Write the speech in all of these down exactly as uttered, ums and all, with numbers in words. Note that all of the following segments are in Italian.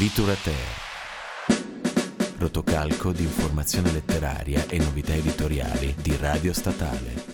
Literature. Rotocalco di informazione letteraria e novità editoriali di Radio Statale.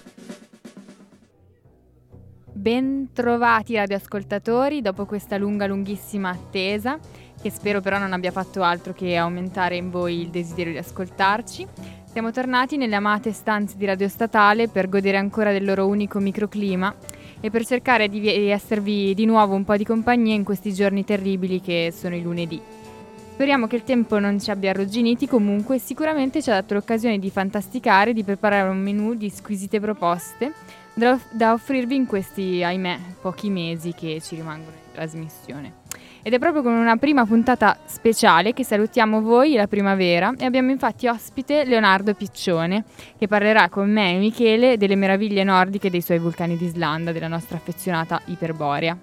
Bentrovati radioascoltatori dopo questa lunga lunghissima attesa, che spero però non abbia fatto altro che aumentare in voi il desiderio di ascoltarci. Siamo tornati nelle amate stanze di Radio Statale per godere ancora del loro unico microclima e per cercare di esservi di nuovo un po' di compagnia in questi giorni terribili che sono i lunedì. Speriamo che il tempo non ci abbia arrugginiti, comunque sicuramente ci ha dato l'occasione di fantasticare e di preparare un menù di squisite proposte da, da offrirvi in questi, ahimè, pochi mesi che ci rimangono in trasmissione. Ed è proprio con una prima puntata speciale che salutiamo voi, la primavera, e abbiamo infatti ospite Leonardo Piccione, che parlerà con me e Michele delle meraviglie nordiche dei suoi vulcani d'Islanda, della nostra affezionata Iperborea.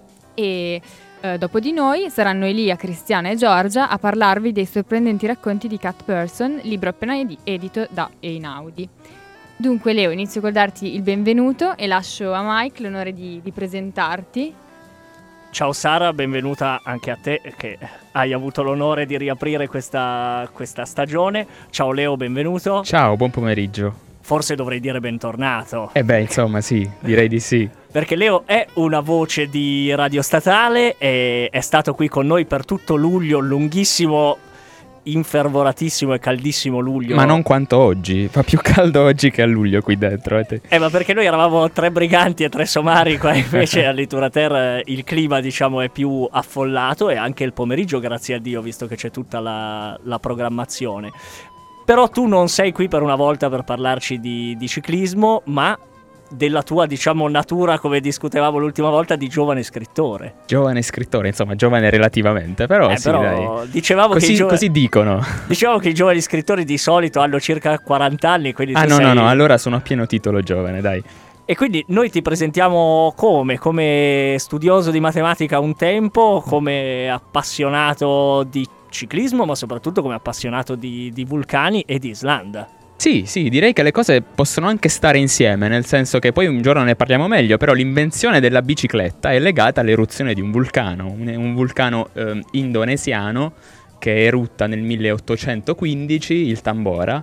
E eh, dopo di noi saranno Elia, Cristiana e Giorgia a parlarvi dei sorprendenti racconti di Cat Person, libro appena ed- edito da Einaudi. Dunque Leo, inizio col darti il benvenuto e lascio a Mike l'onore di, di presentarti. Ciao Sara, benvenuta anche a te che hai avuto l'onore di riaprire questa, questa stagione. Ciao Leo, benvenuto. Ciao, buon pomeriggio. Forse dovrei dire bentornato. Eh beh, insomma, sì, direi di sì. Perché Leo è una voce di Radio Statale e è stato qui con noi per tutto luglio, lunghissimo, infervoratissimo e caldissimo luglio. Ma non quanto oggi, fa più caldo oggi che a luglio qui dentro. Eh, eh ma perché noi eravamo tre briganti e tre somari, qua invece a Literature il clima diciamo è più affollato e anche il pomeriggio, grazie a Dio, visto che c'è tutta la, la programmazione. Però tu non sei qui per una volta per parlarci di, di ciclismo, ma della tua, diciamo, natura, come discutevamo l'ultima volta, di giovane scrittore. Giovane scrittore, insomma, giovane relativamente, però eh, sì, però, dai. Dicevamo così, che i giovani, così dicono. Dicevamo che i giovani scrittori di solito hanno circa quaranta anni, quindi Ah tu no, sei... no, no, allora sono a pieno titolo giovane, dai. E quindi noi ti presentiamo come? Come studioso di matematica un tempo, come appassionato di ciclismo, ma soprattutto come appassionato di, di vulcani e di Islanda. Sì, sì, direi che le cose possono anche stare insieme, nel senso che poi un giorno ne parliamo meglio, però l'invenzione della bicicletta è legata all'eruzione di un vulcano, un, un vulcano eh, indonesiano che erutta nel milleottocentoquindici, il Tambora,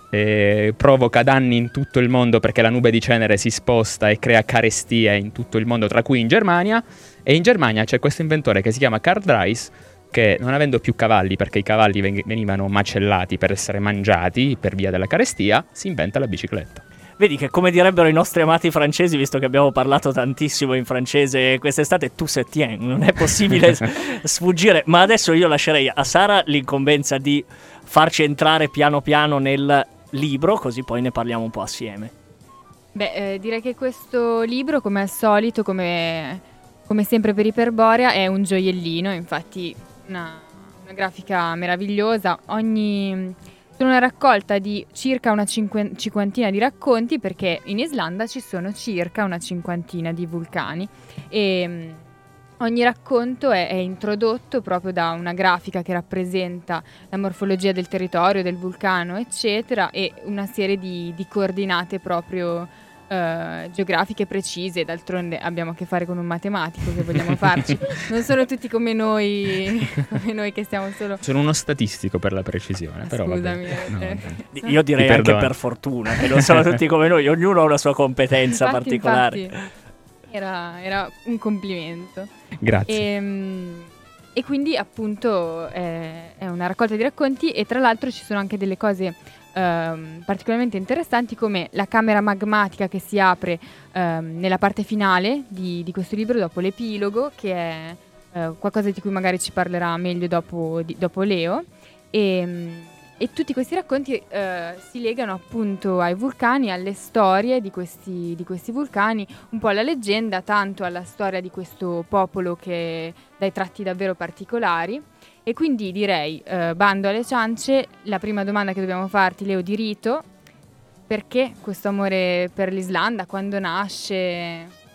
e provoca danni in tutto il mondo perché la nube di cenere si sposta e crea carestie in tutto il mondo, tra cui in Germania, e in Germania c'è questo inventore che si chiama Karl Drais, che non avendo più cavalli, perché i cavalli venivano macellati per essere mangiati per via della carestia, si inventa la bicicletta. Vedi che, come direbbero i nostri amati francesi, visto che abbiamo parlato tantissimo in francese quest'estate, tu se tien, non è possibile sfuggire. Ma adesso io lascerei a Sara l'incombenza di farci entrare piano piano nel libro, così poi ne parliamo un po' assieme. Beh, eh, direi che questo libro, come al solito, come, come sempre per Iperborea, è un gioiellino, infatti una, una grafica meravigliosa. Ogni sono una raccolta di circa una cinque, cinquantina di racconti, perché in Islanda ci sono circa una cinquantina di vulcani e mh, ogni racconto è, è introdotto proprio da una grafica che rappresenta la morfologia del territorio, del vulcano, eccetera, e una serie di, di coordinate proprio Uh, geografiche precise. D'altronde abbiamo a che fare con un matematico, che vogliamo farci. Non sono tutti come noi, come noi che stiamo solo... Sono uno statistico per la precisione, però Scusami, vabbè. No, eh. vabbè. Io direi anche per fortuna che non sono tutti come noi, ognuno ha una sua competenza infatti, particolare. Infatti, era, era un complimento. Grazie. E, e quindi appunto è, è una raccolta di racconti, e tra l'altro ci sono anche delle cose Um, particolarmente interessanti, come la camera magmatica che si apre um, nella parte finale di, di questo libro, dopo l'epilogo, che è uh, qualcosa di cui magari ci parlerà meglio dopo, di, dopo Leo, e, um, e tutti questi racconti uh, si legano appunto ai vulcani, alle storie di questi, di questi vulcani, un po' alla leggenda, tanto alla storia di questo popolo che dai tratti davvero particolari. E quindi direi, eh, bando alle ciance, la prima domanda che dobbiamo farti, Leo, di rito: perché questo amore per l'Islanda? Quando nasce?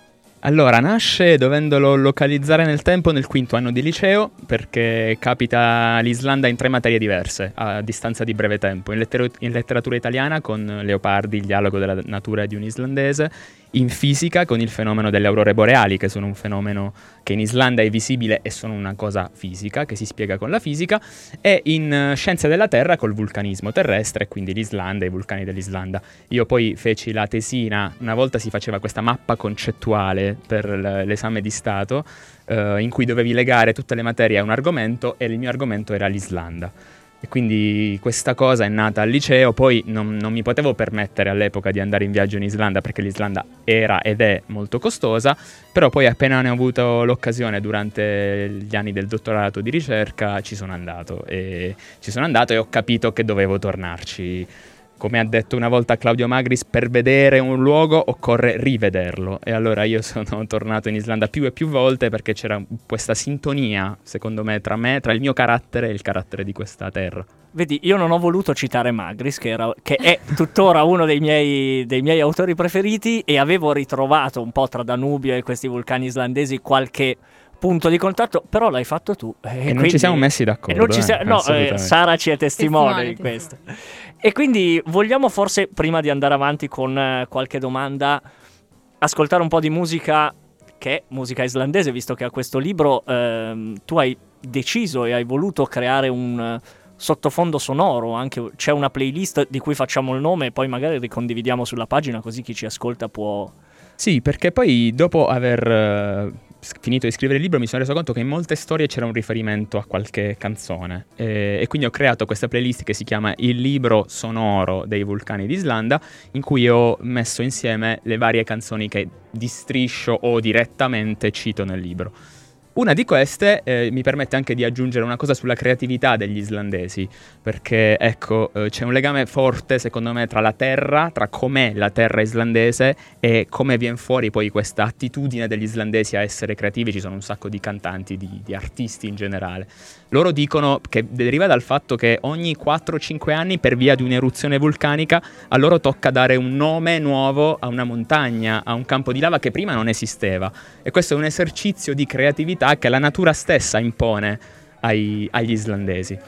Allora, nasce dovendolo localizzare nel tempo nel quinto anno di liceo, perché capita l'Islanda in tre materie diverse, a distanza di breve tempo. In, letter- in letteratura italiana con Leopardi, il dialogo della natura di un islandese, in fisica con il fenomeno delle aurore boreali, che sono un fenomeno che in Islanda è visibile e sono una cosa fisica, che si spiega con la fisica, e in uh, scienze della Terra col vulcanismo terrestre, quindi l'Islanda e i vulcani dell'Islanda. Io poi feci la tesina, una volta si faceva questa mappa concettuale per l- l'esame di Stato, uh, in cui dovevi legare tutte le materie a un argomento, e il mio argomento era l'Islanda. E quindi questa cosa è nata al liceo. Poi non, non mi potevo permettere all'epoca di andare in viaggio in Islanda, perché l'Islanda era ed è molto costosa, però poi appena ne ho avuto l'occasione durante gli anni del dottorato di ricerca ci sono andato e ci sono andato e ho capito che dovevo tornarci. Come ha detto una volta Claudio Magris, per vedere un luogo occorre rivederlo, e allora io sono tornato in Islanda più e più volte, perché c'era questa sintonia, secondo me, tra me, tra il mio carattere e il carattere di questa terra. Vedi, io non ho voluto citare Magris, che, era, che è tuttora uno dei miei, dei miei autori preferiti, e avevo ritrovato un po' tra Danubio e questi vulcani islandesi qualche punto di contatto, però l'hai fatto tu. E, E quindi... non ci siamo messi d'accordo. Eh, si... eh, no, eh, Sara ci è testimone, testimone in questo. E quindi vogliamo forse, prima di andare avanti con uh, qualche domanda, ascoltare un po' di musica, che è musica islandese, visto che a questo libro uh, tu hai deciso e hai voluto creare un... Uh, sottofondo sonoro, anche c'è una playlist di cui facciamo il nome e poi magari ricondividiamo sulla pagina, così chi ci ascolta può... Sì, perché poi dopo aver uh, finito di scrivere il libro mi sono reso conto che in molte storie c'era un riferimento a qualche canzone, e, e quindi ho creato questa playlist che si chiama Il libro sonoro dei vulcani d'Islanda, in cui ho messo insieme le varie canzoni che di striscio o direttamente cito nel libro. Una di queste eh, mi permette anche di aggiungere una cosa sulla creatività degli islandesi, perché ecco, eh, c'è un legame forte secondo me tra la terra, tra com'è la terra islandese e come viene fuori poi questa attitudine degli islandesi a essere creativi. Ci sono un sacco di cantanti, di, di artisti in generale. Loro dicono che deriva dal fatto che ogni quattro cinque anni, per via di un'eruzione vulcanica, a loro tocca dare un nome nuovo a una montagna, a un campo di lava che prima non esisteva, e questo è un esercizio di creatività che la natura stessa impone ai, agli islandesi.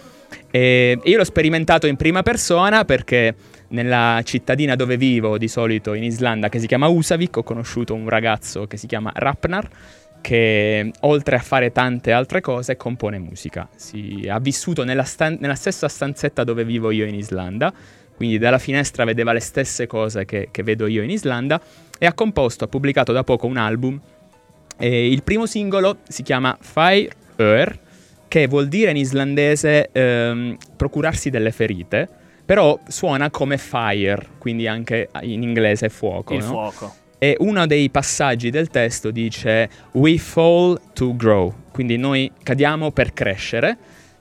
E io l'ho sperimentato in prima persona, perché nella cittadina dove vivo di solito in Islanda, che si chiama Húsavík, ho conosciuto un ragazzo che si chiama Rafnar, che oltre a fare tante altre cose compone musica. Si, ha vissuto nella, stan- nella stessa stanzetta dove vivo io in Islanda, quindi dalla finestra vedeva le stesse cose che, che vedo io in Islanda, e ha composto, ha pubblicato da poco un album. E il primo singolo si chiama Fire Ör, che vuol dire in islandese ehm, procurarsi delle ferite, però suona come fire, quindi anche in inglese fuoco. Il no? fuoco. E uno dei passaggi del testo dice We fall to grow, quindi noi cadiamo per crescere.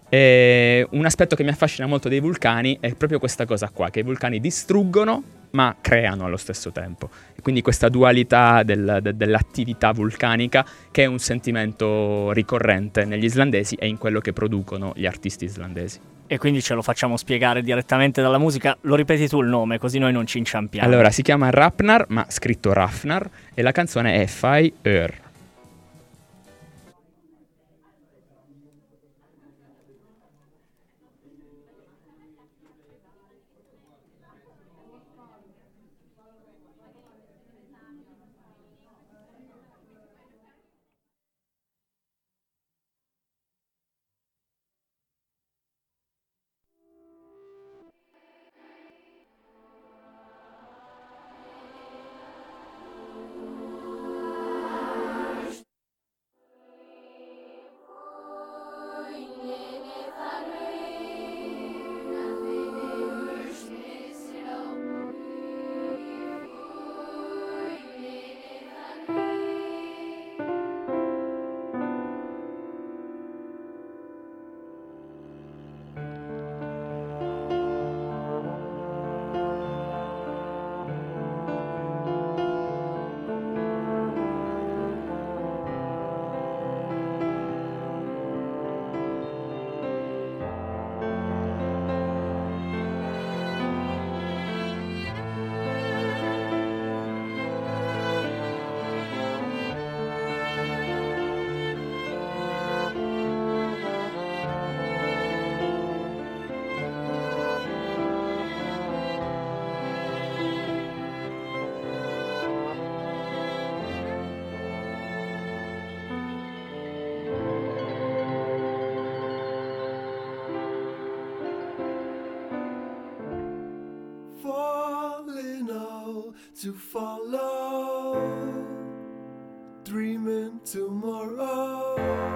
E un aspetto che mi affascina molto dei vulcani è proprio questa cosa qua, che i vulcani distruggono ma creano allo stesso tempo, e quindi questa dualità del, de, dell'attività vulcanica, che è un sentimento ricorrente negli islandesi e in quello che producono gli artisti islandesi. E quindi ce lo facciamo spiegare direttamente dalla musica. Lo ripeti tu il nome, così noi non ci inciampiamo. Allora, si chiama Rafnar, ma scritto Rafnar, e la canzone è Fire Ör. to follow, dreaming tomorrow.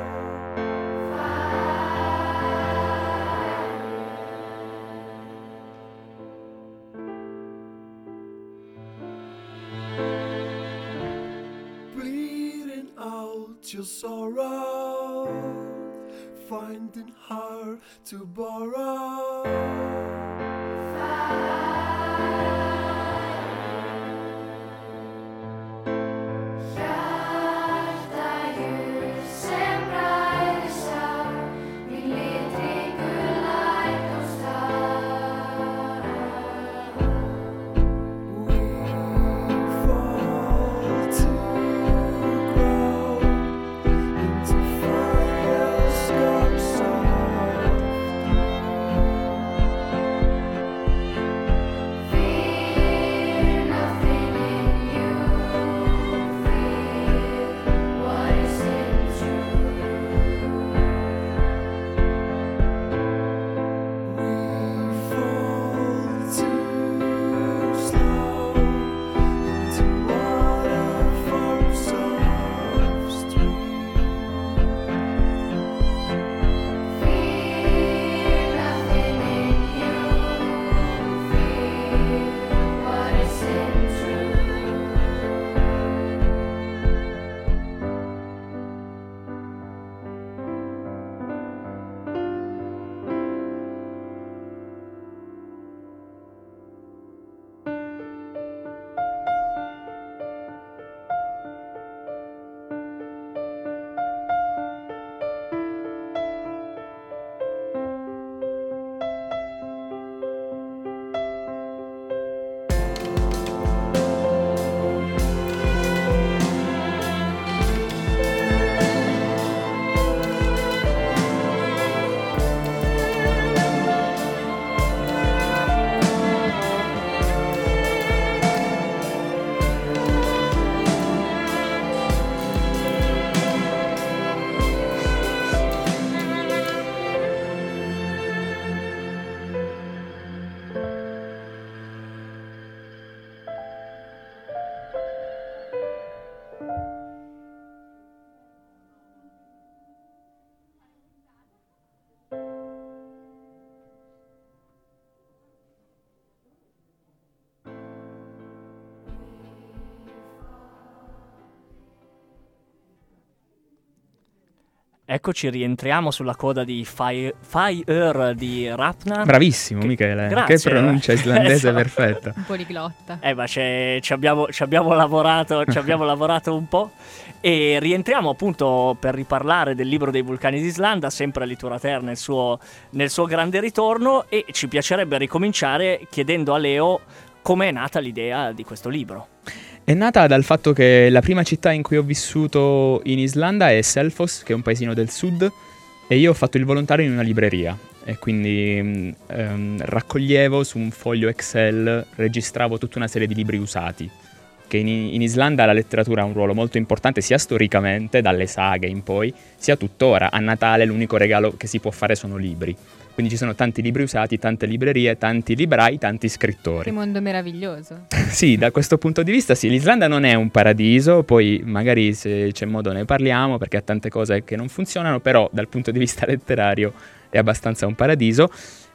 Bleeding out your sorrow, finding hard to borrow. Eccoci, rientriamo sulla coda di Fire, Fire di Rapna. Bravissimo, che, Michele. Grazie. Che pronuncia islandese esatto. perfetta. Un poliglotta. Eh, ma ci abbiamo, ci abbiamo lavorato, ci abbiamo lavorato un po'. E rientriamo appunto per riparlare del libro dei vulcani d'Islanda, sempre a Literatura nel suo, nel suo grande ritorno, e ci piacerebbe ricominciare chiedendo a Leo come è nata l'idea di questo libro. È nata dal fatto che la prima città in cui ho vissuto in Islanda è Selfoss, che è un paesino del sud, e io ho fatto il volontario in una libreria e quindi ehm, raccoglievo su un foglio Excel, registravo tutta una serie di libri usati, che in, in Islanda la letteratura ha un ruolo molto importante sia storicamente, dalle saghe in poi, sia tuttora. A Natale l'unico regalo che si può fare sono libri. Quindi ci sono tanti libri usati, tante librerie, tanti librai, tanti scrittori. Che mondo meraviglioso. Sì, da questo punto di vista sì, l'Islanda non è un paradiso, poi magari se c'è modo ne parliamo perché ha tante cose che non funzionano, però dal punto di vista letterario è abbastanza un paradiso.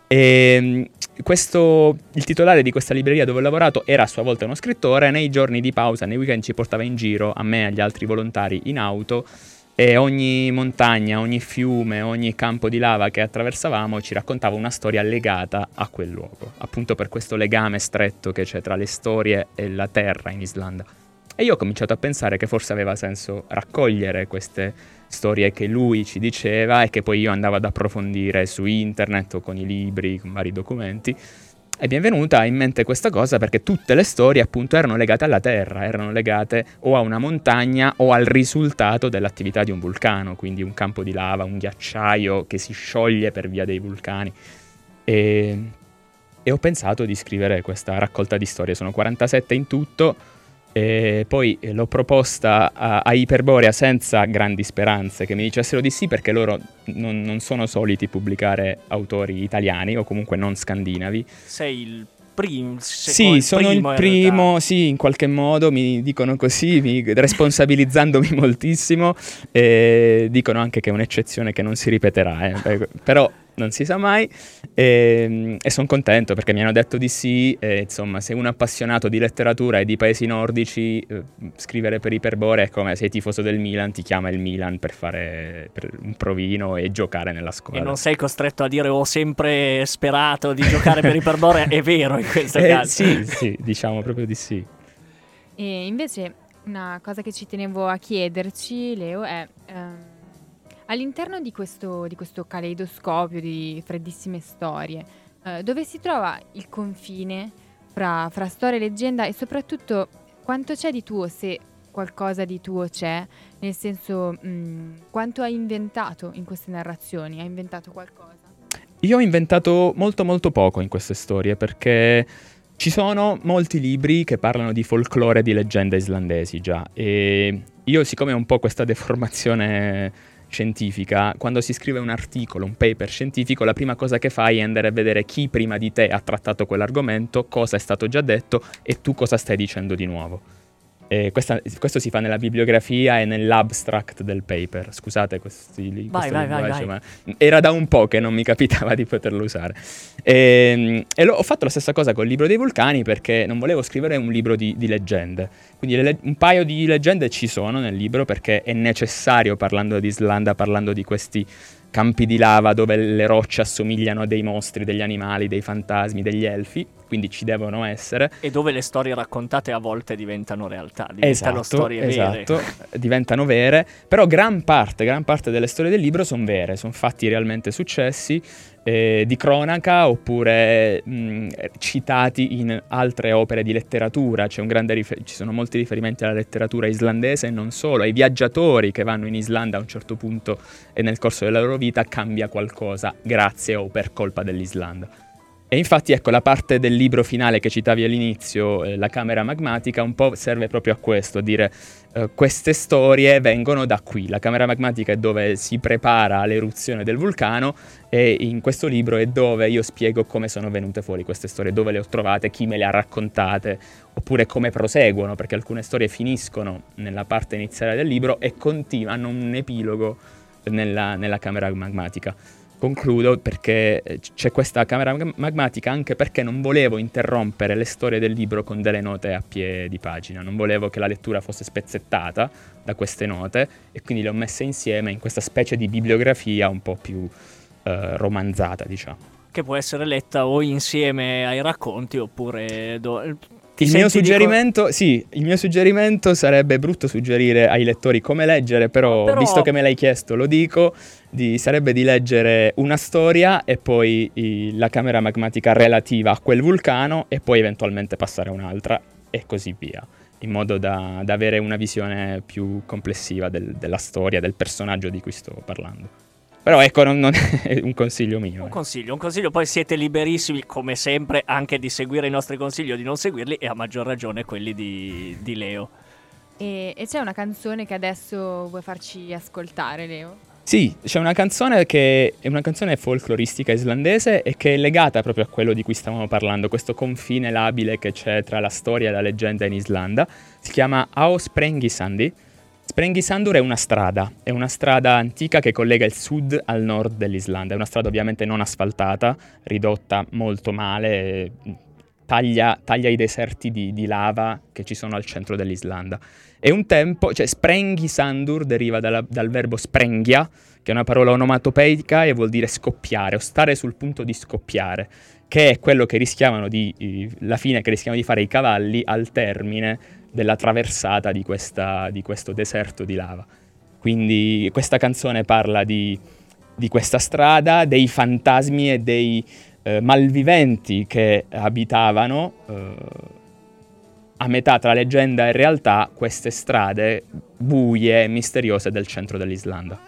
E questo, il titolare di questa libreria dove ho lavorato era a sua volta uno scrittore, nei giorni di pausa, nei weekend ci portava in giro, a me e agli altri volontari, in auto, e ogni montagna, ogni fiume, ogni campo di lava che attraversavamo ci raccontava una storia legata a quel luogo, appunto per questo legame stretto che c'è tra le storie e la terra in Islanda. E io ho cominciato a pensare che forse aveva senso raccogliere queste storie che lui ci diceva e che poi io andavo ad approfondire su internet o con i libri, con vari documenti. E mi è venuta in mente questa cosa perché tutte le storie appunto erano legate alla terra, erano legate o a una montagna o al risultato dell'attività di un vulcano, quindi un campo di lava, un ghiacciaio che si scioglie per via dei vulcani. E, e ho pensato di scrivere questa raccolta di storie, sono quarantasette in tutto, e poi l'ho proposta a, a Iperborea senza grandi speranze che mi dicessero di sì, perché loro non, non sono soliti pubblicare autori italiani o comunque non scandinavi. Sei il prim- sì, il sono primo, il primo, sì, in qualche modo mi dicono così, mi, responsabilizzandomi moltissimo, e dicono anche che è un'eccezione che non si ripeterà, eh. Però non si sa mai, e, e sono contento perché mi hanno detto di sì, e, insomma, se uno è appassionato di letteratura e di paesi nordici, eh, scrivere per Iperbore è come sei tifoso del Milan, ti chiama il Milan per fare per un provino e giocare nella squadra. E non sei costretto a dire ho sempre sperato di giocare per Iperbore, è vero in questo eh, caso. Sì, sì, diciamo proprio di sì. E invece una cosa che ci tenevo a chiederci, Leo, è... Ehm, all'interno di questo, di questo caleidoscopio di freddissime storie, eh, dove si trova il confine fra, fra storia e leggenda, e soprattutto quanto c'è di tuo, se qualcosa di tuo c'è, nel senso mh, quanto hai inventato in queste narrazioni? Hai inventato qualcosa? Io ho inventato molto molto poco in queste storie perché ci sono molti libri che parlano di folklore e di leggende islandesi già, e io, siccome ho un po' questa deformazione scientifica, quando si scrive un articolo, un paper scientifico, la prima cosa che fai è andare a vedere chi prima di te ha trattato quell'argomento, cosa è stato già detto e tu cosa stai dicendo di nuovo. E questa, questo si fa nella bibliografia e nell'abstract del paper. Scusate questi li, vai, vai, vai, vai. ma era da un po' che non mi capitava di poterlo usare. E, e lo, ho fatto la stessa cosa col libro dei vulcani perché non volevo scrivere un libro di, di leggende. Quindi le, un paio di leggende ci sono nel libro perché è necessario, parlando di Islanda, parlando di questi campi di lava dove le rocce assomigliano a dei mostri, degli animali, dei fantasmi, degli elfi, quindi ci devono essere. E dove le storie raccontate a volte diventano realtà, diventano esatto, storie esatto, vere. diventano vere, però gran parte, gran parte delle storie del libro sono vere, sono fatti realmente successi, eh, di cronaca oppure mh, citati in altre opere di letteratura. C'è un grande rifer- ci sono molti riferimenti alla letteratura islandese e non solo, ai viaggiatori che vanno in Islanda a un certo punto e nel corso della loro vita cambia qualcosa grazie o per colpa dell'Islanda. E infatti, ecco, la parte del libro finale che citavi all'inizio, eh, la camera magmatica, un po' serve proprio a questo, a dire eh, queste storie vengono da qui. La camera magmatica è dove si prepara l'eruzione del vulcano e in questo libro è dove io spiego come sono venute fuori queste storie, dove le ho trovate, chi me le ha raccontate, oppure come proseguono, perché alcune storie finiscono nella parte iniziale del libro e continuano, hanno un epilogo nella, nella camera magmatica. Concludo perché c'è questa camera magmatica anche perché non volevo interrompere le storie del libro con delle note a piè di pagina, non volevo che la lettura fosse spezzettata da queste note e quindi le ho messe insieme in questa specie di bibliografia un po' più eh, romanzata, diciamo. Che può essere letta o insieme ai racconti oppure... Do- Il mio suggerimento, co- sì, il mio suggerimento sarebbe, brutto suggerire ai lettori come leggere, però, però visto che me l'hai chiesto lo dico, di, sarebbe di leggere una storia e poi i, la camera magmatica relativa a quel vulcano e poi eventualmente passare a un'altra e così via, in modo da, da avere una visione più complessiva del, della storia, del personaggio di cui sto parlando. Però ecco, non, non è un consiglio mio. Un consiglio, un consiglio, poi siete liberissimi, come sempre, anche di seguire i nostri consigli o di non seguirli, e a maggior ragione quelli di, di Leo. E, e c'è una canzone che adesso vuoi farci ascoltare, Leo? Sì, c'è una canzone che è una canzone folcloristica islandese e che è legata proprio a quello di cui stavamo parlando, questo confine labile che c'è tra la storia e la leggenda in Islanda. Si chiama Á Sprengisandi. Sprengisandur è una strada, è una strada antica che collega il sud al nord dell'Islanda, è una strada ovviamente non asfaltata, ridotta molto male, taglia, taglia i deserti di, di lava che ci sono al centro dell'Islanda. E un tempo, cioè Sprengisandur deriva dalla, dal verbo sprengia, che è una parola onomatopeica e vuol dire scoppiare o stare sul punto di scoppiare, che è quello che rischiavano di, la fine che rischiavano di fare i cavalli al termine della traversata di, questa, di questo deserto di lava. Quindi questa canzone parla di, di questa strada, dei fantasmi e dei eh, malviventi che abitavano eh, a metà tra leggenda e realtà queste strade buie e misteriose del centro dell'Islanda.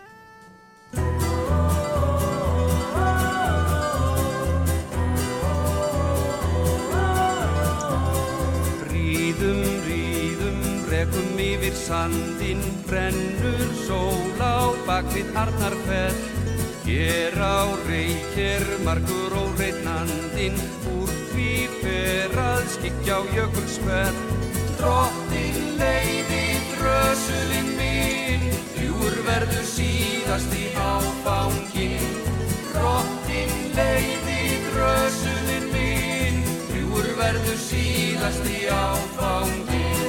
Rekum yfir sandinn, brennur sól á bakvið Arnarfell. Hér á reykir margur óreinnandinn, úr því fer að skikja á jökulsverð. Drottin leiði drösulinn minn, ljúfur verður síðast í áfangin. Drottin leiði drösulinn minn, ljúfur verður síðast í áfangin.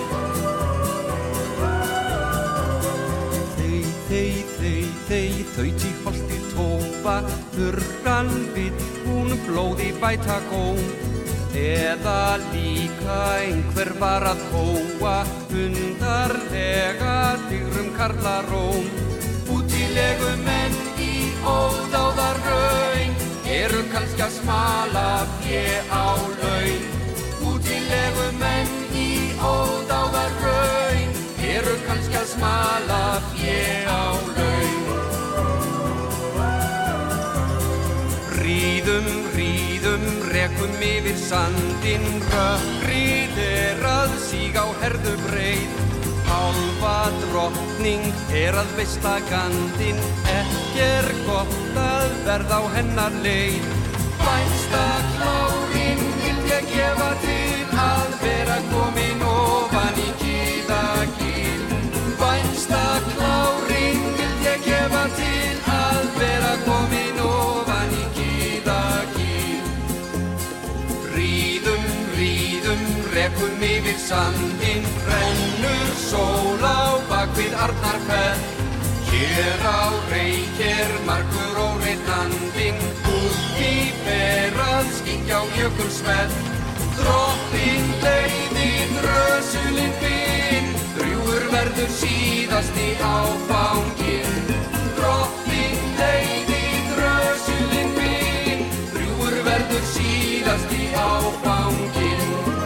Þei, þei, þei, þei, þaut í holti tópa, þurran vill hún blóði bæta góm. Eða líka einhver var að hóa undarlega digrum karlaróm. Útilegu menn í ódáðar raun eru kannski að smala fé á laun. Útilegu menn í ódáðar raun eru kannski að smala fé á laun. Ríðum, ríðum, rekum yfir sandinn, rökkrið er að síga á herðu breið. Álfa drottning er að veisla gandinn, ekki er gott að verða á hennar leið. Vænsta klárinn vild ég gefa til að vera komin ofan í Kiðagil. Vænsta klárinn vild ég gefa til að vera komin ofan í Kiðagil. Ríðum, ríðum, rekum yfir sandinn, rennur sól á bakvið Arnarfell. Hér á Reyk er margur óreiðandinn, uppi fer að skikja á jökulsvell. Drottinn leiði drösulinn minn, drjúgur verður síðast í áfangin. Drottinn leiði drösulinn minn, drjúgur verður síðast í áfangin.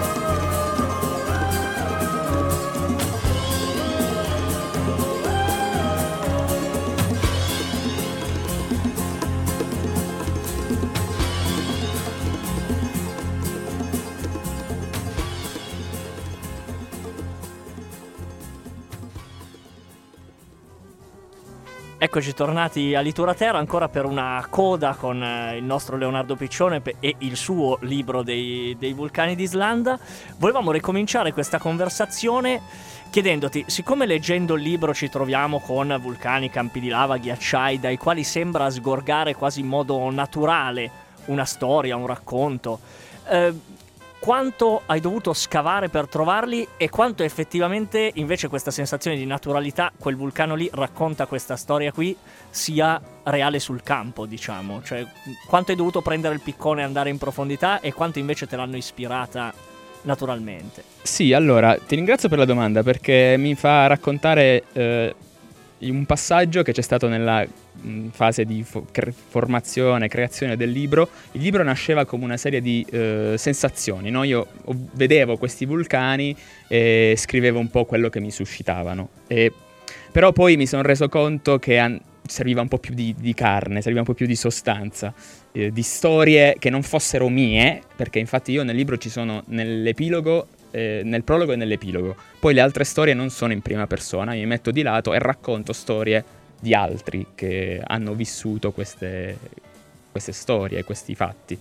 Eccoci tornati a Literatura, ancora per una coda con eh, il nostro Leonardo Piccione pe- e il suo libro dei, dei vulcani d'Islanda. Volevamo ricominciare questa conversazione chiedendoti, siccome leggendo il libro ci troviamo con vulcani, campi di lava, ghiacciai, dai quali sembra sgorgare quasi in modo naturale una storia, un racconto, eh, quanto hai dovuto scavare per trovarli e quanto effettivamente invece questa sensazione di naturalità, quel vulcano lì racconta questa storia qui, sia reale sul campo, diciamo? Cioè, quanto hai dovuto prendere il piccone e andare in profondità e quanto invece te l'hanno ispirata naturalmente? Sì, allora, ti ringrazio per la domanda perché mi fa raccontare eh, un passaggio che c'è stato nella mh, fase di fo- cre- formazione, creazione del libro. Il libro nasceva come una serie di eh, sensazioni, no? Io o- vedevo questi vulcani e scrivevo un po' quello che mi suscitavano. E, però poi mi sono reso conto che an- serviva un po' più di, di carne, serviva un po' più di sostanza, eh, di storie che non fossero mie, perché infatti io nel libro ci sono nell'epilogo, eh, nel prologo e nell'epilogo. Poi le altre storie non sono in prima persona, mi metto di lato e racconto storie di altri che hanno vissuto queste, queste storie, questi fatti.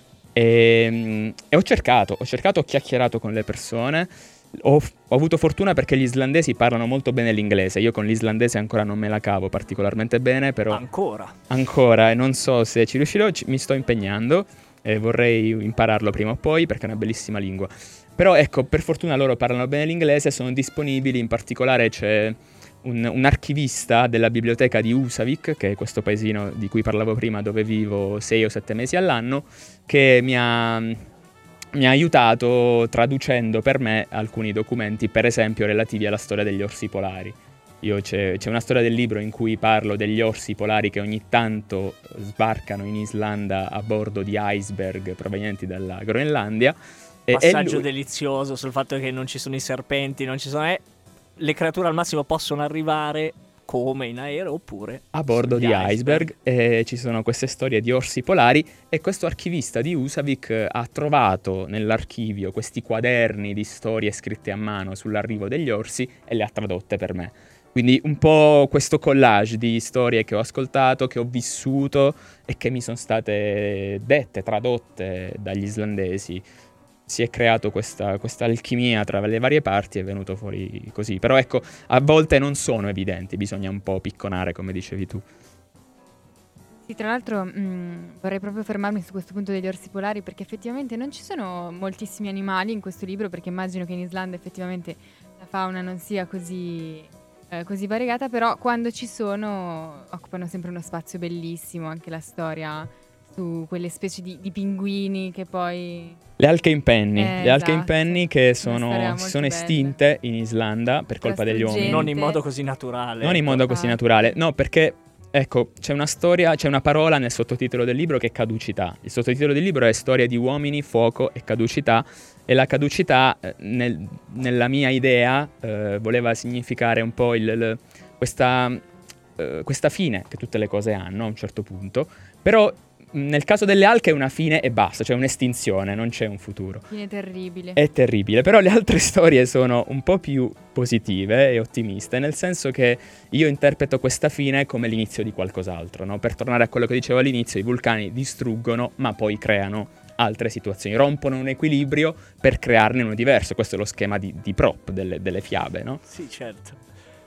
E, e ho cercato, ho cercato, ho chiacchierato con le persone. Ho, ho avuto fortuna perché gli islandesi parlano molto bene l'inglese. Io con l'islandese ancora non me la cavo particolarmente bene, però Ancora? Ancora, e non so se ci riuscirò, ci, mi sto impegnando e vorrei impararlo prima o poi perché è una bellissima lingua. Però ecco, per fortuna loro parlano bene l'inglese, sono disponibili, in particolare c'è un, un archivista della biblioteca di Húsavík, che è questo paesino di cui parlavo prima dove vivo sei o sette mesi all'anno, che mi ha... mi ha aiutato traducendo per me alcuni documenti, per esempio relativi alla storia degli orsi polari. Io c'è, c'è una storia del libro in cui parlo degli orsi polari che ogni tanto sbarcano in Islanda a bordo di iceberg provenienti dalla Groenlandia. E, Passaggio e lui... delizioso sul fatto che non ci sono i serpenti, non ci sono... Eh, le creature al massimo possono arrivare come in aereo oppure a bordo di iceberg, iceberg e ci sono queste storie di orsi polari e questo archivista di Húsavík ha trovato nell'archivio questi quaderni di storie scritte a mano sull'arrivo degli orsi e le ha tradotte per me. Quindi un po' questo collage di storie che ho ascoltato, che ho vissuto e che mi sono state dette, tradotte dagli islandesi. si è creato questa, questa alchimia tra le varie parti, è venuto fuori così. Però ecco, a volte non sono evidenti, bisogna un po' picconare, come dicevi tu. Sì, tra l'altro mh, vorrei proprio fermarmi su questo punto degli orsi polari, perché effettivamente non ci sono moltissimi animali in questo libro, perché immagino che in Islanda effettivamente la fauna non sia così, eh, così variegata, però quando ci sono occupano sempre uno spazio bellissimo, anche la storia su quelle specie di, di pinguini che poi... Le alche in penny, Eh, le alche in esatto. penny che Una storia sono, molto si sono bella. estinte in Islanda per colpa degli uomini. Non in Gente. modo così naturale. Non in ecco. modo così Ah. naturale, no, perché ecco, c'è una storia, c'è una parola nel sottotitolo del libro che è caducità. Il sottotitolo del libro è Storia di uomini, fuoco e caducità, e la caducità eh, nel- nella mia idea eh, voleva significare un po' il, il- questa, eh, questa fine che tutte le cose hanno a un certo punto, però mh, nel caso delle alche è una fine e basta, c'è un'estinzione, non c'è un futuro. Fine terribile. È terribile, però le altre storie sono un po' più positive e ottimiste, nel senso che io interpreto questa fine come l'inizio di qualcos'altro, no? Per tornare a quello che dicevo all'inizio, i vulcani distruggono, ma poi creano altre situazioni, rompono un equilibrio per crearne uno diverso. Questo è lo schema di, di prop delle, delle fiabe, no? Sì, certo.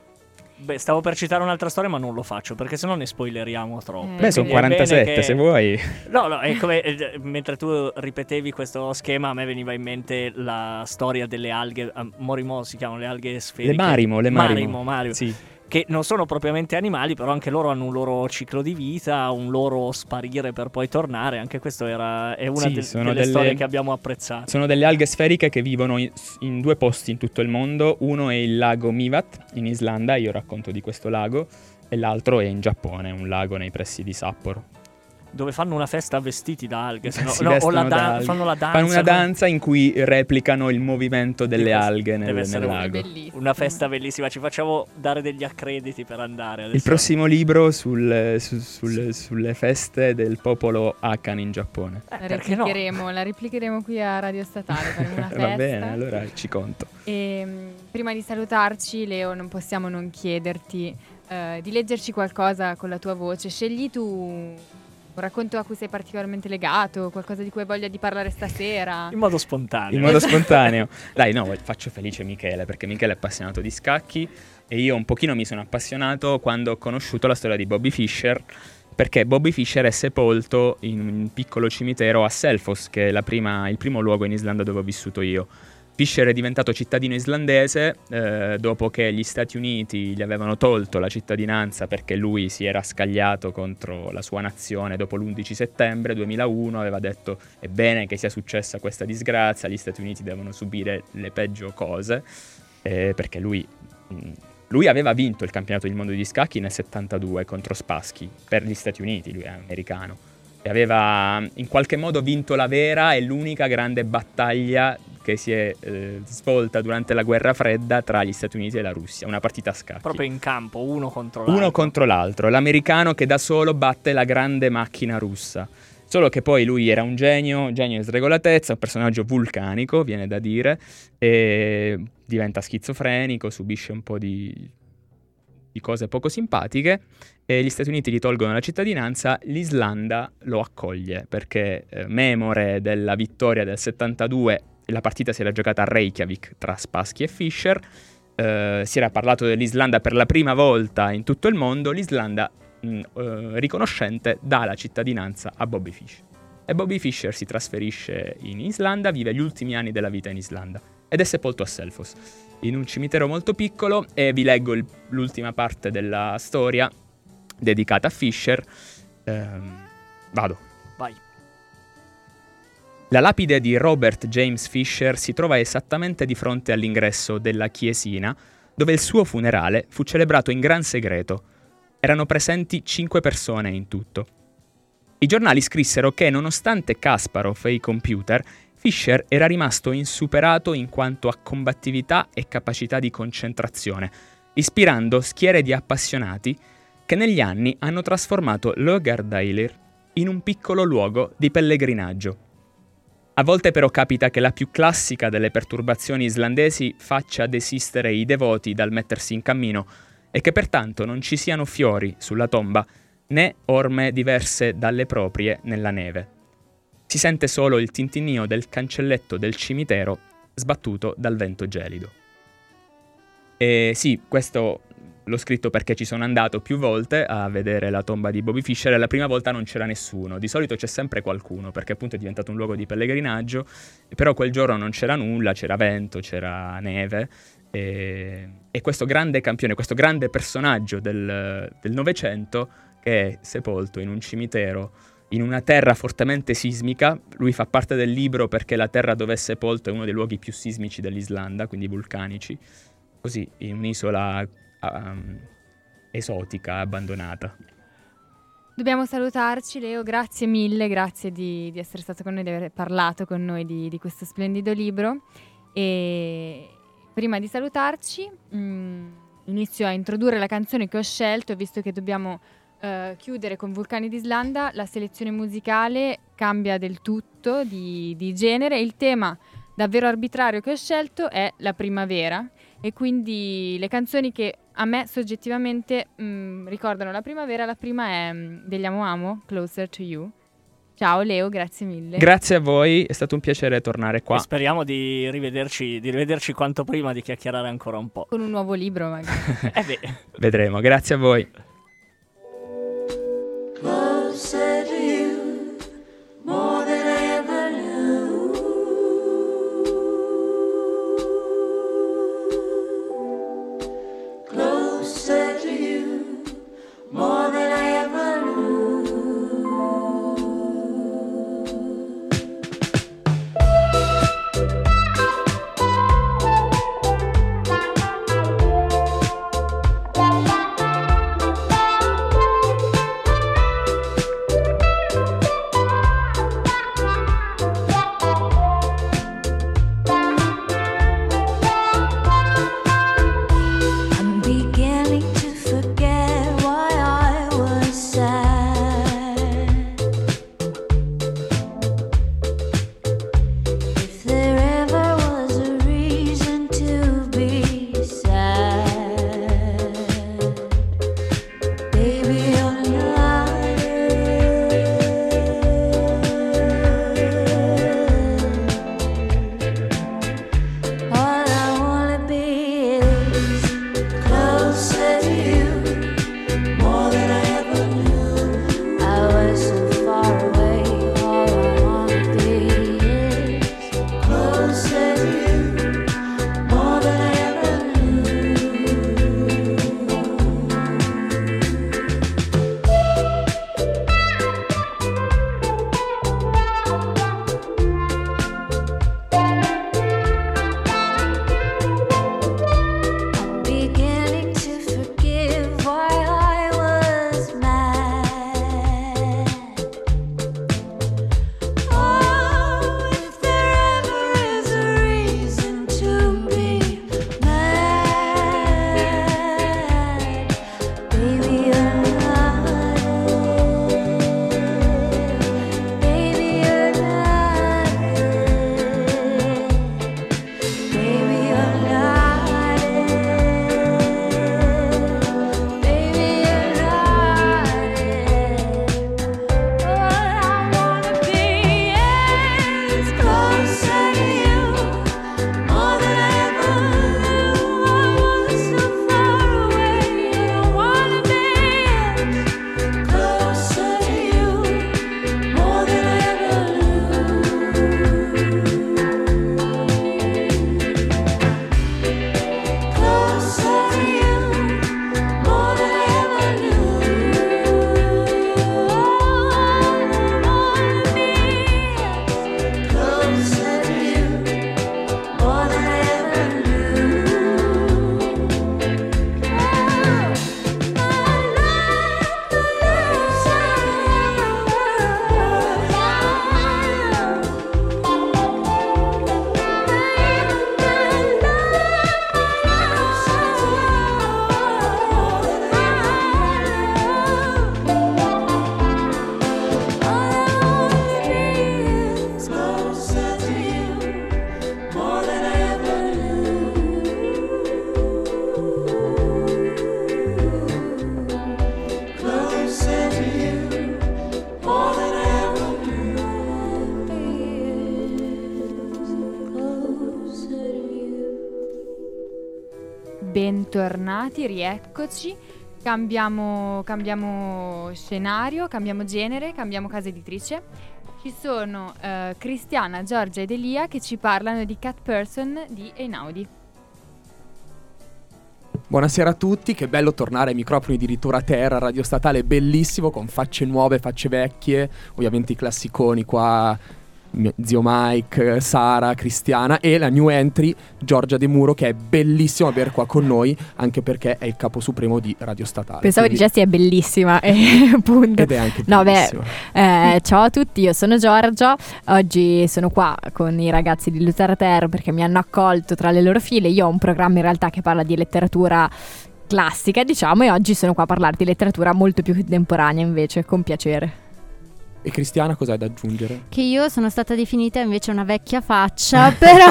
Beh, stavo per citare un'altra storia, ma non lo faccio perché sennò ne spoileriamo troppo. Eh, Beh, sono quindi è bene quarantasette, che- se vuoi. No, no, è come eh, mentre tu ripetevi questo schema, a me veniva in mente la storia delle alghe. eh, Morimo si chiamano le alghe sferiche. Le marimo, le marimo. Marimo, Mario. Sì. Che non sono propriamente animali, però anche loro hanno un loro ciclo di vita, un loro sparire per poi tornare. Anche questo era, è una Sì, de- sono delle delle- storie che abbiamo apprezzato. Sono delle alghe sferiche che vivono in, in due posti in tutto il mondo. Uno è il lago Mivat in Islanda, io racconto di questo lago, e l'altro è in Giappone, un lago nei pressi di Sapporo. Dove fanno una festa vestiti da alghe. se no- Si no, o vestono la da dan- alghe. fanno la danza. Fanno una con- danza in cui replicano il movimento delle questo alghe deve nel, essere nel un- lago. Bellissimo. Una festa bellissima, ci facciamo dare degli accrediti per andare adesso. Il prossimo libro sul- su- sul- sulle feste del popolo Akan in Giappone. Eh, La perché no? replicheremo, la replicheremo qui a Radio Statale, faremo una festa. Va bene, allora ci conto. E, mh, prima di salutarci, Leo, non possiamo non chiederti eh, di leggerci qualcosa con la tua voce. Scegli tu un racconto a cui sei particolarmente legato, qualcosa di cui hai voglia di parlare stasera. In modo spontaneo. In modo spontaneo. Dai, no, faccio felice Michele, perché Michele è appassionato di scacchi e io un pochino mi sono appassionato quando ho conosciuto la storia di Bobby Fischer, perché Bobby Fischer è sepolto in un piccolo cimitero a Selfoss, che è la prima, il primo luogo in Islanda dove ho vissuto io. Fischer è diventato cittadino islandese eh, dopo che gli Stati Uniti gli avevano tolto la cittadinanza perché lui si era scagliato contro la sua nazione dopo l'undici settembre duemilauno, aveva detto è bene che sia successa questa disgrazia, gli Stati Uniti devono subire le peggio cose, eh, perché lui, mh, lui aveva vinto il campionato del mondo di scacchi nel settantadue contro Spassky per gli Stati Uniti, lui è americano, e aveva in qualche modo vinto la vera e l'unica grande battaglia che si è eh, svolta durante la guerra fredda tra gli Stati Uniti e la Russia, una partita a scacchi. Proprio in campo, uno contro l'altro. Uno contro l'altro, l'americano che da solo batte la grande macchina russa. Solo che poi lui era un genio, genio di sregolatezza, un personaggio vulcanico, viene da dire, e diventa schizofrenico, subisce un po' di, di cose poco simpatiche, e gli Stati Uniti gli tolgono la cittadinanza, l'Islanda lo accoglie, perché eh, memore della vittoria del settantadue, la partita si era giocata a Reykjavik tra Spassky e Fischer, eh, si era parlato dell'Islanda per la prima volta in tutto il mondo, l'Islanda mh, eh, riconoscente dà la cittadinanza a Bobby Fischer. E Bobby Fischer si trasferisce in Islanda, vive gli ultimi anni della vita in Islanda ed è sepolto a Selfoss, in un cimitero molto piccolo, e vi leggo il- l'ultima parte della storia dedicata a Fischer. Ehm, vado. Vai. La lapide di Robert James Fischer si trova esattamente di fronte all'ingresso della chiesina, dove il suo funerale fu celebrato in gran segreto. Erano presenti cinque persone in tutto. I giornali scrissero che, nonostante Kasparov e i computer, Fischer era rimasto insuperato in quanto a combattività e capacità di concentrazione, ispirando schiere di appassionati che negli anni hanno trasformato Laugardalr in un piccolo luogo di pellegrinaggio. A volte però capita che la più classica delle perturbazioni islandesi faccia desistere i devoti dal mettersi in cammino e che pertanto non ci siano fiori sulla tomba né orme diverse dalle proprie nella neve. si sente solo il tintinnio del cancelletto del cimitero sbattuto dal vento gelido. E sì, questo l'ho scritto perché ci sono andato più volte a vedere la tomba di Bobby Fischer e la prima volta non c'era nessuno. Di solito c'è sempre qualcuno perché appunto è diventato un luogo di pellegrinaggio, però quel giorno non c'era nulla, c'era vento, c'era neve e, e questo grande campione, questo grande personaggio del Novecento che è sepolto in un cimitero in una terra fortemente sismica. Lui fa parte del libro perché la terra dove è sepolto è uno dei luoghi più sismici dell'Islanda, quindi vulcanici, così in un'isola um, esotica, abbandonata. Dobbiamo salutarci, Leo, grazie mille, grazie di, di essere stato con noi, di aver parlato con noi di, di questo splendido libro. E prima di salutarci mh, inizio a introdurre la canzone che ho scelto, visto che dobbiamo Uh, chiudere con Vulcani d'Islanda. La selezione musicale cambia del tutto di, di genere. Il tema davvero arbitrario che ho scelto è la primavera e quindi le canzoni che a me soggettivamente mh, ricordano la primavera, la prima è mh, degli Amo Amo, Closer to You. Ciao Leo, grazie mille. Grazie a voi, è stato un piacere tornare qua. E speriamo di rivederci, di rivederci quanto prima, di chiacchierare ancora un po'. Con un nuovo libro magari. eh beh. Vedremo, grazie a voi. Closer to you, more than I ever knew. Closer to you, more than I ever knew. bentornati, rieccoci. Cambiamo, cambiamo scenario, cambiamo genere, cambiamo casa editrice. Ci sono uh, Cristiana, Giorgia ed Elia che ci parlano di Cat Person di Einaudi. Buonasera a tutti, che bello tornare ai microfoni di Ritura Terra, Radio Statale, bellissimo, con facce nuove, facce vecchie, ovviamente i classiconi qua, mio zio Mike, Sara, Cristiana e la new entry Giorgia De Muro, che è bellissima avere qua con noi, anche perché è il capo supremo di Radio Statale. Pensavo quindi... dicessi è bellissima, eh, punto. Ed è anche no, bellissima. Beh, eh, ciao a tutti, io sono Giorgia, oggi sono qua con i ragazzi di Ritura Terra perché mi hanno accolto tra le loro file. Io ho un programma in realtà che parla di letteratura classica, diciamo, e oggi sono qua a parlare di letteratura molto più contemporanea invece, con piacere. E Cristiana cosa hai da aggiungere? Che io sono stata definita invece una vecchia faccia, però,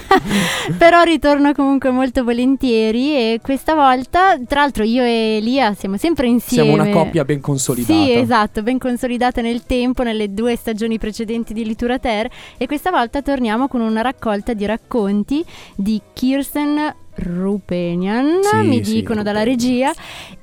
però ritorno comunque molto volentieri, e questa volta, tra l'altro io e Elia siamo sempre insieme. Siamo una coppia ben consolidata. Sì, esatto, ben consolidata nel tempo, nelle due stagioni precedenti di Ritura Terra, e questa volta torniamo con una raccolta di racconti di Kirsten Rupenian, sì, mi sì, dicono Rupenian. dalla regia,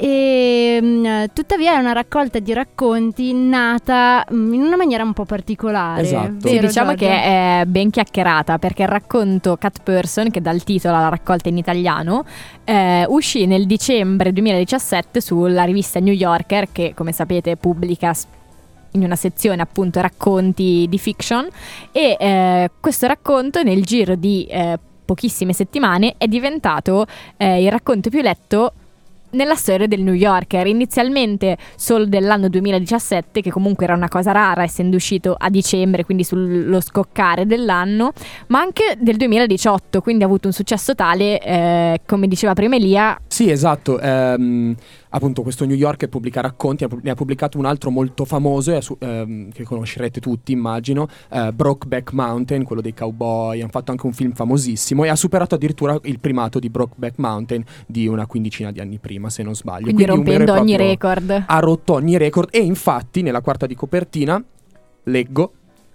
e mh, tuttavia è una raccolta di racconti nata mh, in una maniera un po' particolare. Esatto. Sì, vero, diciamo Giorgia? che è ben chiacchierata perché il racconto Cat Person, che dà il titolo alla raccolta in italiano, eh, uscì nel dicembre duemiladiciassette sulla rivista New Yorker, che come sapete pubblica s- in una sezione appunto racconti di fiction, e eh, questo racconto nel giro di eh, pochissime settimane è diventato eh, il racconto più letto nella storia del New Yorker, inizialmente solo dell'anno duemiladiciassette, che comunque era una cosa rara essendo uscito a dicembre, quindi sullo scoccare dell'anno, ma anche del duemiladiciotto, quindi ha avuto un successo tale, eh, come diceva prima Elia. Sì, esatto, ehm, appunto questo New York pubblica racconti, ne ha pubblicato un altro molto famoso, eh, su, ehm, che conoscerete tutti immagino, eh, Brokeback Mountain, quello dei cowboy. Hanno fatto anche un film famosissimo e ha superato addirittura il primato di Brokeback Mountain di una quindicina di anni prima, se non sbaglio. Quindi, Quindi rompendo un vero e ogni proprio- record. Ha rotto ogni record, e infatti nella quarta di copertina leggo: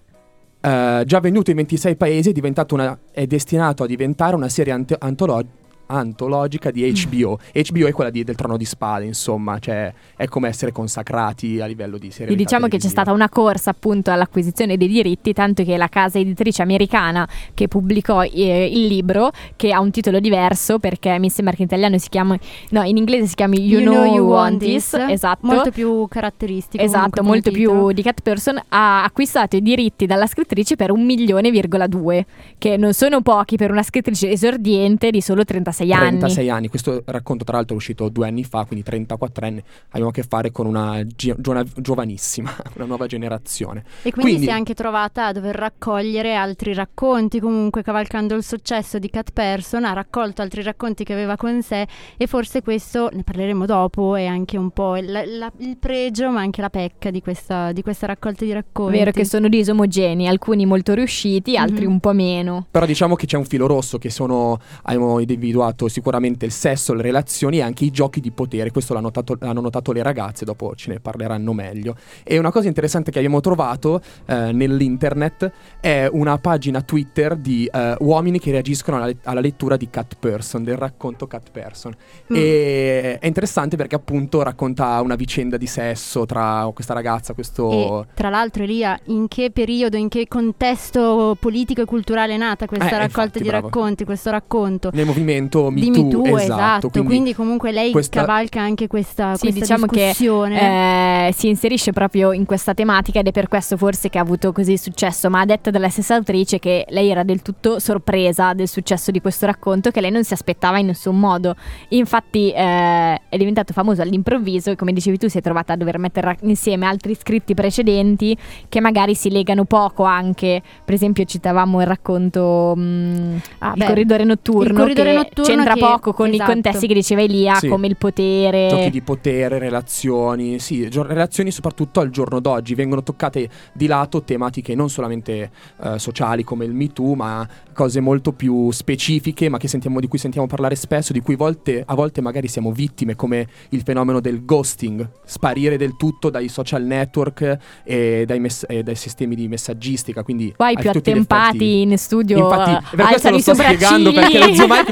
eh, già venduto in ventisei paesi, è diventato una, è destinato a diventare una serie ante- antolo- antologica di H B O. H B O è quella di, del Trono di Spade, insomma, cioè è come essere consacrati a livello di serie. E diciamo che c'è stata una corsa appunto all'acquisizione dei diritti, tanto che la casa editrice americana che pubblicò eh, il libro, che ha un titolo diverso perché mi sembra che in italiano si chiami, no, in inglese si chiami You, Know, You Want This, esatto, molto più caratteristico, esatto, comunque come molto titolo. più di Cat Person. Ha acquistato i diritti dalla scrittrice per un milione virgola due, che non sono pochi per una scrittrice esordiente di solo trentasei anni. trentasei anni. Questo racconto tra l'altro è uscito due anni fa, quindi trentaquattro anni. Abbiamo a che fare con una gi- giovana- giovanissima, una nuova generazione. E quindi, Quindi- si è anche trovata a dover raccogliere altri racconti, comunque cavalcando il successo di Cat Person ha raccolto altri racconti che aveva con sé, e forse questo, ne parleremo dopo, è anche un po' il, la- il pregio ma anche la pecca di questa, di questa raccolta di racconti. Vero che sono disomogenei, alcuni molto riusciti, altri Mhm. un po' meno. Però diciamo che c'è un filo rosso, che sono, abbiamo individuato sicuramente il sesso, le relazioni e anche i giochi di potere. Questo l'hanno notato, l'hanno notato le ragazze, dopo ce ne parleranno meglio. E una cosa interessante che abbiamo trovato eh, nell'internet è una pagina Twitter di eh, uomini che reagiscono alla, alla lettura di Cat Person, del racconto Cat Person. Mm. E è interessante perché appunto racconta una vicenda di sesso tra questa ragazza, questo... E tra l'altro, Elia, in che periodo, in che contesto politico e culturale è nata questa Eh, raccolta infatti, di bravo. racconti, questo racconto? Nel movimento Me Di Too, Me Too, esatto. esatto. Quindi, Quindi comunque lei questa- cavalca anche questa, Sì, questa diciamo che discussione. eh, si inserisce proprio in questa tematica, ed è per questo forse che ha avuto così successo, ma ha detto dalla stessa autrice che lei era del tutto sorpresa del successo di questo racconto, che lei non si aspettava in nessun modo. Infatti eh, è diventato famoso all'improvviso, e come dicevi tu si è trovata a dover mettere ra- insieme altri scritti precedenti che magari si legano poco anche. Per esempio citavamo il racconto mh, Ah, Il beh, corridore notturno, il corridore che notturno c'entra che- poco con esatto. i contesti che diceva Elia, Sì. come il potere. Giochi di potere, relazioni, sì, gio- relazioni soprattutto al giorno d'oggi. Vengono toccate di lato tematiche non solamente eh, sociali come il Me Too, ma cose molto più specifiche, ma che sentiamo, di cui sentiamo parlare spesso, di cui volte, a volte magari siamo vittime, come il fenomeno del ghosting, sparire del tutto dai social network e dai, mess- e dai sistemi di messaggistica. Quindi Poi a più tutti gli attempati effetti- in studio Infatti, eh, per questo alzano lo i sto spiegando, sopraccigli. perché lo zio Mike mi sta guardando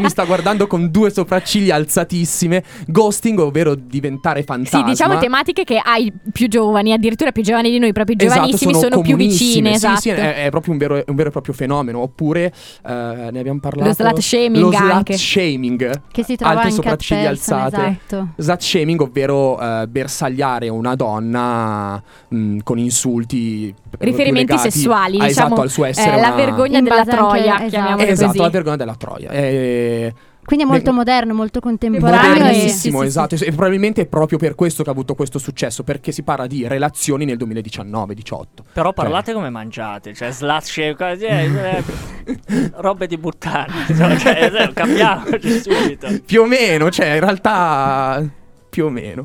guardando con due sopracciglia alzatissime. Ghosting, ovvero diventare fantasma. Sì, diciamo tematiche che ai più giovani, addirittura più giovani di noi, proprio Esatto, giovanissimi, sono, più vicine. Sì, Esatto. sì, è, è proprio un vero, un vero e proprio fenomeno. Oppure eh, ne abbiamo parlato. Lo slut shaming Lo slut anche. shaming, Che si trova alte in sopracciglia Cat Person, alzate. esatto. Slut shaming, ovvero eh, bersagliare una donna mh, con insulti Riferimenti legati sessuali, a, diciamo, esatto, al suo essere eh, la una- vergogna In della base anche- Troia, esatto. chiamiamola esatto, così. la vergogna della Troia. Eh, Quindi è molto Beh, moderno, molto contemporaneo. modernissimo, e... esatto. E probabilmente è proprio per questo che ha avuto questo successo, perché si parla di relazioni nel duemiladiciannove diciotto. Però parlate come mangiate, cioè slut shame, cose- eh, eh, robe di buttare, insomma, cioè, eh, capiamoci subito. Più o meno, cioè in realtà più o meno.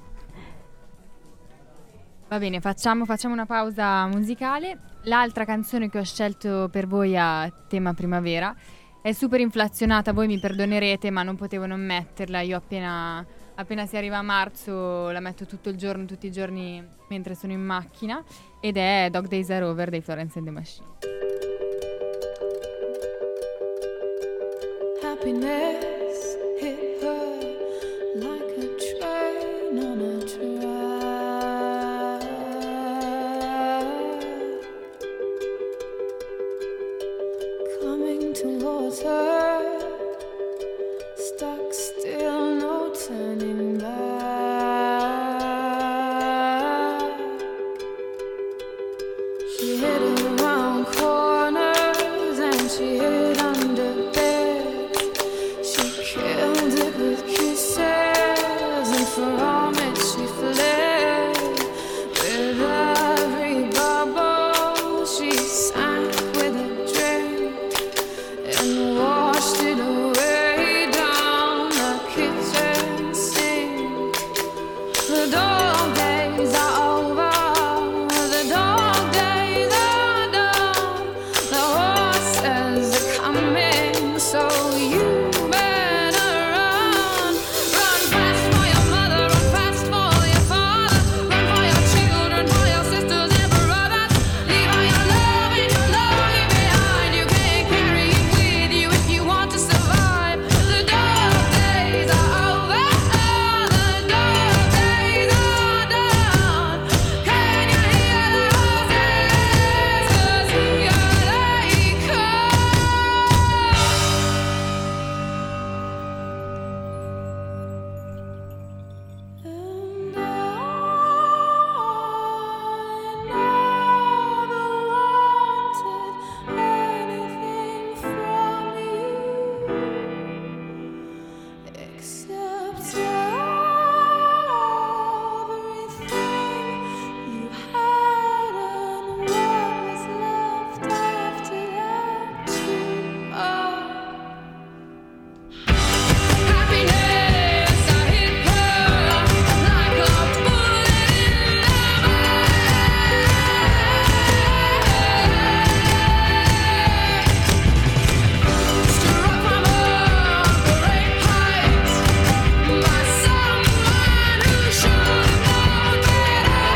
Va bene, facciamo, facciamo una pausa musicale. L'altra canzone che ho scelto per voi a tema primavera è super inflazionata, voi mi perdonerete, ma non potevo non metterla. Io appena, appena si arriva a marzo la metto tutto il giorno, tutti i giorni mentre sono in macchina, ed è Dog Days Are Over dei Florence and the Machine. Happiness hit her like a train on a track. Coming towards her, stuck still, no turning back. She hid around corners and she hid under beds. She killed it with kisses, and from it she fled. With every bubble she sank with a drink and washed it away down the kitchen sink. The dog days are over, the dog days are done. The horses are coming, so you better run. Run fast for your mother, run fast for your father, run for your children, for your sisters and brothers. Leave all your love and your longing behind. You can't carry it with you if you want to survive. The dog days are over, the dog days are done. Can you hear the horses? 'Cause here they come. And I never wanted anything from you except everything you had and what was left after that too. Oh. Happiness, I hit her like a bullet in the back. Struck from a great height by someone who should have known better.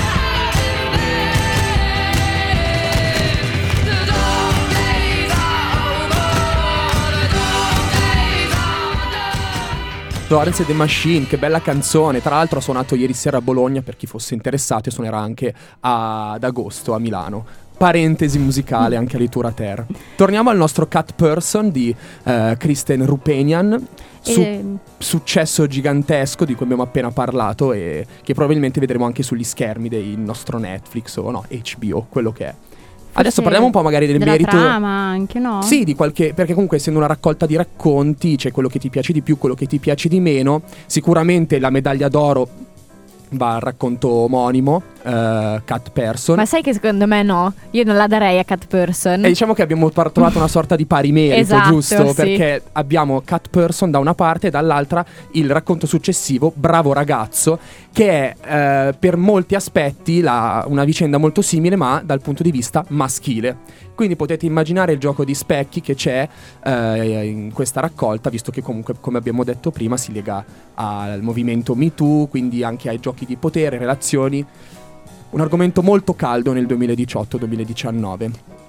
The dog days are over, the dog days are done. Florence and the Machine, che bella canzone. Tra l'altro ha suonato ieri sera a Bologna, per chi fosse interessato, e suonerà anche a- ad agosto a Milano. Parentesi musicale anche a Litura Ter. Torniamo al nostro Cat Person di eh, Kristen Rupenian. Su- E- successo gigantesco di cui abbiamo appena parlato e che probabilmente vedremo anche sugli schermi del nostro Netflix o no, H B O, quello che è. Adesso Forse parliamo un po' magari del della merito. trama anche, no? Sì, di qualche. Perché comunque essendo una raccolta di racconti c'è quello che ti piace di più, quello che ti piace di meno. Sicuramente la medaglia d'oro va al racconto omonimo, eh, Cat Person. Ma sai che secondo me no? Io non la darei a Cat Person. E diciamo che abbiamo par- trovato una sorta di pari merito, Esatto, giusto? sì. Perché abbiamo Cat Person da una parte e dall'altra il racconto successivo, Bravo ragazzo, che è eh, per molti aspetti la- una vicenda molto simile, ma dal punto di vista maschile. Quindi potete immaginare il gioco di specchi che c'è eh, in questa raccolta, visto che comunque, come abbiamo detto prima, si lega al movimento Me Too, quindi anche ai giochi di potere, relazioni. Un argomento molto caldo nel duemiladiciotto duemiladiciannove.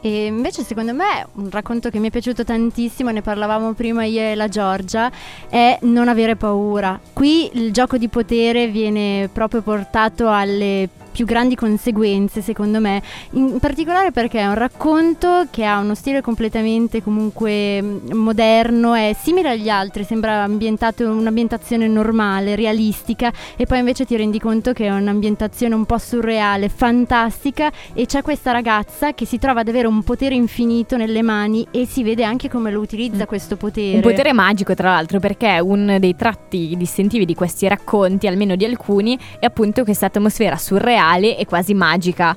E invece secondo me un racconto che mi è piaciuto tantissimo, ne parlavamo prima io e la Giorgia, è Non avere paura. Qui il gioco di potere viene proprio portato alle più grandi conseguenze, secondo me, in particolare perché è un racconto che ha uno stile completamente comunque moderno, è simile agli altri, sembra ambientato in un'ambientazione normale, realistica, e poi invece ti rendi conto che è un'ambientazione un po' surreale, fantastica, e c'è questa ragazza che si trova ad avere un potere infinito nelle mani e si vede anche come lo utilizza mm. questo potere. Un potere magico, tra l'altro, perché uno dei tratti distintivi di questi racconti, almeno di alcuni, è appunto questa atmosfera surreale e quasi magica.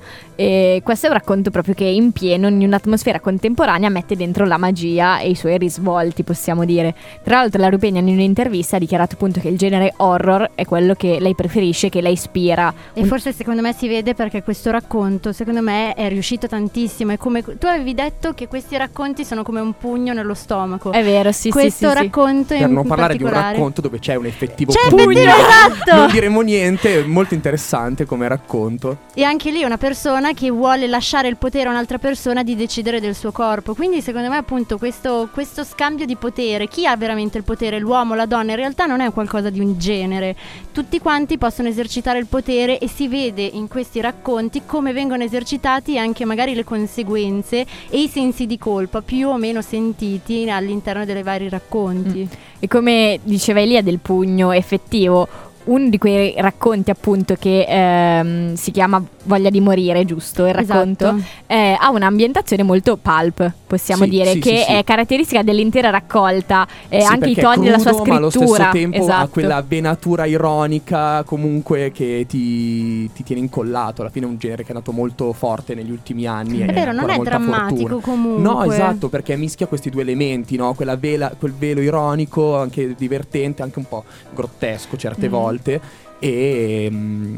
E questo è un racconto proprio che in pieno in un'atmosfera contemporanea mette dentro la magia e i suoi risvolti, possiamo dire. Tra l'altro la Rupenian in un'intervista ha dichiarato appunto che il genere horror è quello che lei preferisce, che la ispira. E forse secondo me si vede perché questo racconto secondo me è riuscito tantissimo. È come tu avevi detto che questi racconti sono come un pugno nello stomaco. È vero, sì, questo sì, sì, racconto sì. Per non in parlare di un particolare... racconto dove c'è un effettivo c'è pugno, effettivo, esatto. Non diremo niente, molto interessante come racconto. E anche lì una persona che vuole lasciare il potere a un'altra persona di decidere del suo corpo. Quindi secondo me appunto questo, questo scambio di potere, chi ha veramente il potere, l'uomo, la donna, in realtà non è qualcosa di un genere. Tutti quanti possono esercitare il potere e si vede in questi racconti come vengono esercitati anche magari le conseguenze e i sensi di colpa più o meno sentiti all'interno dei vari racconti. Mm. E come diceva Elia del pugno effettivo, uno di quei racconti appunto che ehm, si chiama Voglia di morire, giusto? Il racconto esatto. eh, ha un'ambientazione molto pulp, possiamo sì, dire, sì, che sì, è sì. caratteristica dell'intera raccolta, eh, sì, anche i perché toni è crudo, della sua scrittura. Ma allo stesso tempo esatto. ha quella venatura ironica comunque che ti, ti tiene incollato. Alla fine è un genere che è nato molto forte negli ultimi anni. È vero, non è drammatico fortuna. comunque. No, esatto, perché mischia questi due elementi, no? Quella vela, quel velo ironico, anche divertente, anche un po' grottesco certe mm. volte. E mm,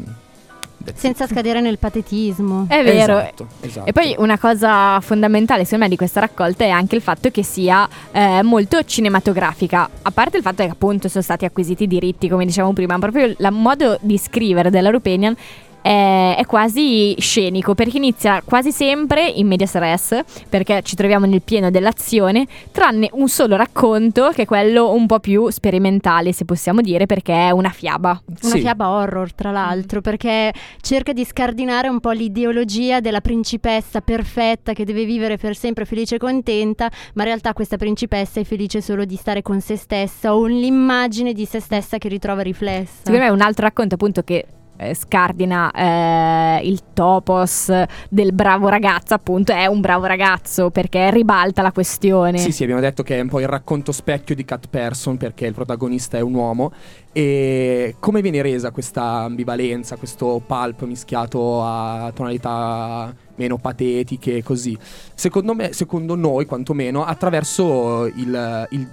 senza scadere nel patetismo. È vero. Esatto, esatto. E poi una cosa fondamentale secondo me di questa raccolta è anche il fatto che sia eh, molto cinematografica. A parte il fatto che appunto sono stati acquisiti i diritti, come dicevamo prima, proprio il modo di scrivere della Rupenian è, è quasi scenico, perché inizia quasi sempre in medias res, perché ci troviamo nel pieno dell'azione, tranne un solo racconto che è quello un po' più sperimentale, se possiamo dire, perché è una fiaba. Una sì. fiaba horror, tra l'altro, perché cerca di scardinare un po' l'ideologia della principessa perfetta che deve vivere per sempre felice e contenta, ma in realtà questa principessa è felice solo di stare con se stessa, o l'immagine di se stessa che ritrova riflessa. Secondo me è un altro racconto appunto che eh, scardina eh, il topos del bravo ragazzo, appunto è un bravo ragazzo, perché ribalta la questione. Sì, sì, abbiamo detto che è un po' il racconto specchio di Cat Person, perché il protagonista è un uomo. E come viene resa questa ambivalenza, questo pulp mischiato a tonalità meno patetiche e così? Secondo me, secondo noi quantomeno, attraverso il, il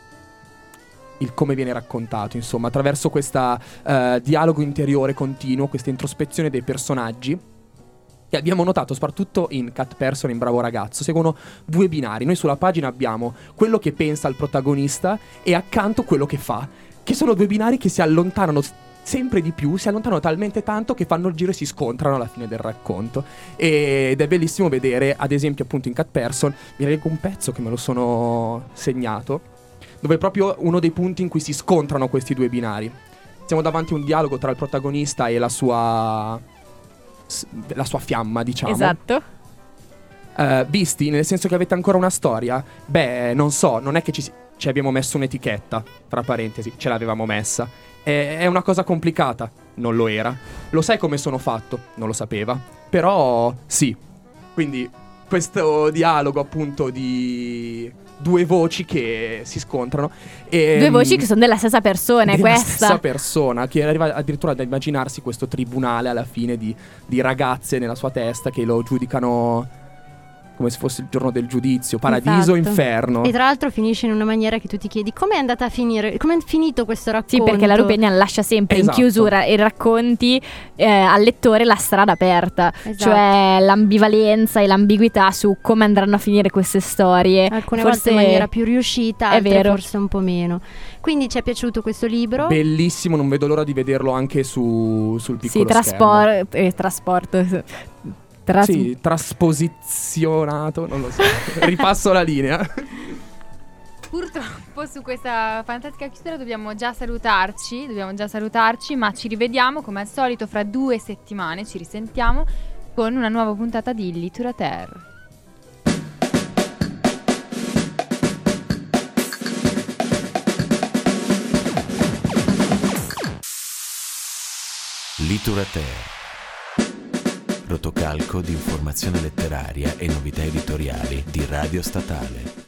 il come viene raccontato, insomma, attraverso questo uh, dialogo interiore continuo, questa introspezione dei personaggi. E abbiamo notato, soprattutto in Cat Person, in Bravo Ragazzo, seguono due binari. Noi sulla pagina abbiamo quello che pensa il protagonista e accanto quello che fa, che sono due binari che si allontanano sempre di più, si allontanano talmente tanto che fanno il giro e si scontrano alla fine del racconto. Ed è bellissimo vedere, ad esempio, appunto in Cat Person, mi leggo un pezzo che me lo sono segnato, dove è proprio uno dei punti in cui si scontrano questi due binari. Siamo davanti a un dialogo tra il protagonista e la sua la sua fiamma, diciamo. Esatto. Uh, visti, nel senso che avete ancora una storia? Beh, non so, non è che ci, ci abbiamo messo un'etichetta, tra parentesi, ce l'avevamo messa. È, è una cosa complicata? Non lo era. Lo sai come sono fatto? Non lo sapeva. Però sì. Quindi questo dialogo appunto di due voci che si scontrano e, due voci che sono della stessa persona, è della questa stessa persona, che arriva addirittura ad immaginarsi questo tribunale alla fine di, di ragazze nella sua testa che lo giudicano come se fosse il giorno del giudizio, paradiso, esatto. inferno. E tra l'altro finisce in una maniera che tu ti chiedi come è andata a finire, come è finito questo racconto. Sì, perché la Rupenian lascia sempre esatto. in chiusura i racconti eh, al lettore la strada aperta, esatto. cioè l'ambivalenza e l'ambiguità su come andranno a finire queste storie. Alcune forse volte in maniera più riuscita, è altre vero. forse un po' meno. Quindi ci è piaciuto questo libro? Bellissimo, non vedo l'ora di vederlo anche su, sul piccolo sì, schermo. traspor- eh, trasporto Tras- Sì, trasposizionato, non lo so. Ripasso la linea. Purtroppo su questa fantastica chiusura dobbiamo già salutarci, dobbiamo già salutarci, ma ci rivediamo come al solito fra due settimane, ci risentiamo con una nuova puntata di Literature. Literature. Rotocalco di informazione letteraria e novità editoriali di Radio Statale.